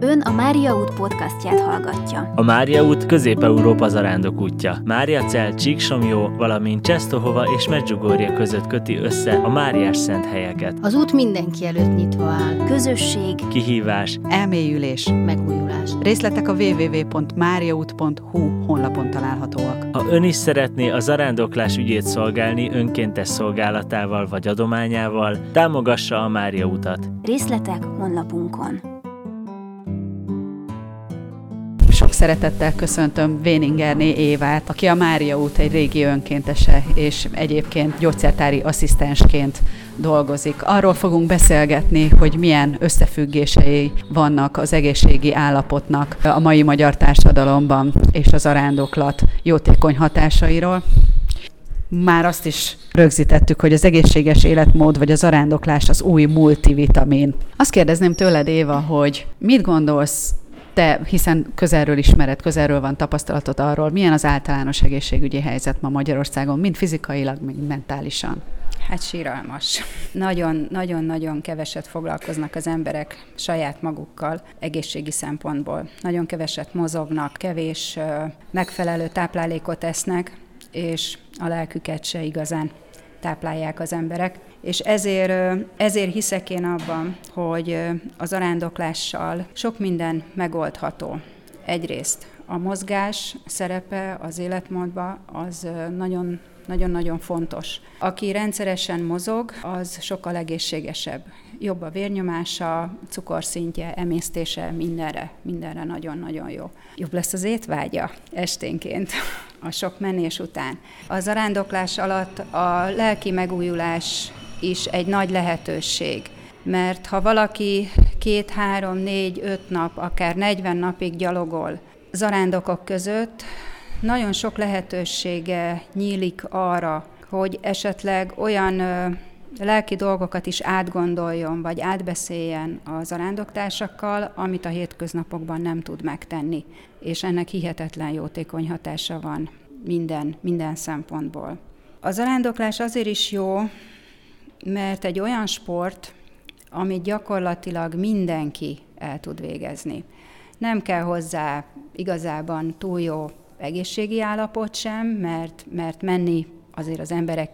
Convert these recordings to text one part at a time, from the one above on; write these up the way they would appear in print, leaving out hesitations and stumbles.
Ön a Mária út podcastját hallgatja. A Mária út Közép-Európa zarándok útja. Máriacell, Csíksomlyó, valamint Czestohova és Medjugorje között köti össze a máriás szent helyeket. Az út mindenki előtt nyitva áll. Közösség, Kihívás, elmélyülés, megújulás. Részletek a www.mariaut.hu honlapon találhatóak. ha ön is szeretné a zarándoklás ügyét szolgálni önkéntes szolgálatával vagy adományával, támogassa a Mária utat. részletek honlapunkon. Sok szeretettel köszöntöm Véningerné Évát, aki a Mária út egy régi önkéntese, és egyébként gyógyszertári asszisztensként dolgozik. Arról fogunk beszélgetni, hogy milyen összefüggései vannak az egészségi állapotnak a mai magyar társadalomban, és a zarándoklat jótékony hatásairól. Már azt is rögzítettük, hogy az egészséges életmód vagy a zarándoklás az új multivitamin. Azt kérdezném tőled, Éva, hogy mit gondolsz te, hiszen közelről ismered, közelről van tapasztalatod arról, milyen az általános egészségügyi helyzet ma Magyarországon, mind fizikailag, mind mentálisan? Hát síralmas. Nagyon-nagyon keveset foglalkoznak az emberek saját magukkal egészségi szempontból. Nagyon keveset mozognak, kevés megfelelő táplálékot esznek, és a lelküket se igazán táplálják az emberek. És ezért hiszek én abban, hogy a zarándoklással sok minden megoldható. Egyrészt a mozgás szerepe az életmódban az nagyon-nagyon fontos. Aki rendszeresen mozog, az sokkal egészségesebb. Jobb a vérnyomása, cukorszintje, emésztése, mindenre nagyon-nagyon jó. Jobb lesz az étvágya esténként, a sok menés után. A zarándoklás alatt a lelki megújulás is egy nagy lehetőség, mert ha valaki 2, 3, 4, 5 nap, akár 40 napig gyalogol zarándokok között, nagyon sok lehetősége nyílik arra, hogy esetleg olyan lelki dolgokat is átgondoljon, vagy átbeszéljen a zarándoktársakkal, amit a hétköznapokban nem tud megtenni. És ennek hihetetlen jótékony hatása van minden szempontból. A zarándoklás azért is jó, mert egy olyan sport, amit gyakorlatilag mindenki el tud végezni. Nem kell hozzá igazában túl jó egészségi állapot sem, mert menni azért az emberek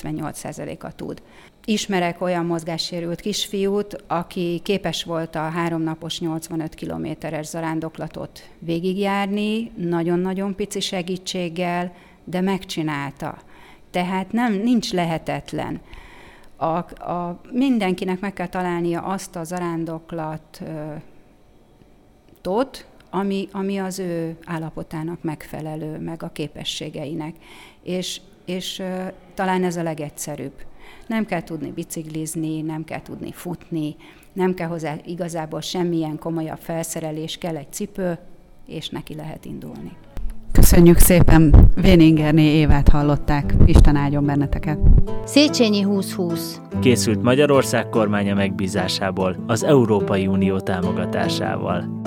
98%-a tud. Ismerek olyan mozgássérült kisfiút, aki képes volt a 3 napos 85 kilométeres zarándoklatot végigjárni, nagyon-nagyon pici segítséggel, de megcsinálta. Tehát nincs lehetetlen. Mindenkinek meg kell találnia azt a zarándoklatot, ami az ő állapotának megfelelő, meg a képességeinek. És talán ez a legegyszerűbb. Nem kell tudni biciklizni, nem kell tudni futni, nem kell hozzá igazából semmilyen komolyabb felszerelés, kell egy cipő, és neki lehet indulni. Köszönjük szépen, Véningerné Évát hallották, Isten áldjon benneteket! Széchenyi 2020. Készült Magyarország kormánya megbízásából, az Európai Unió támogatásával.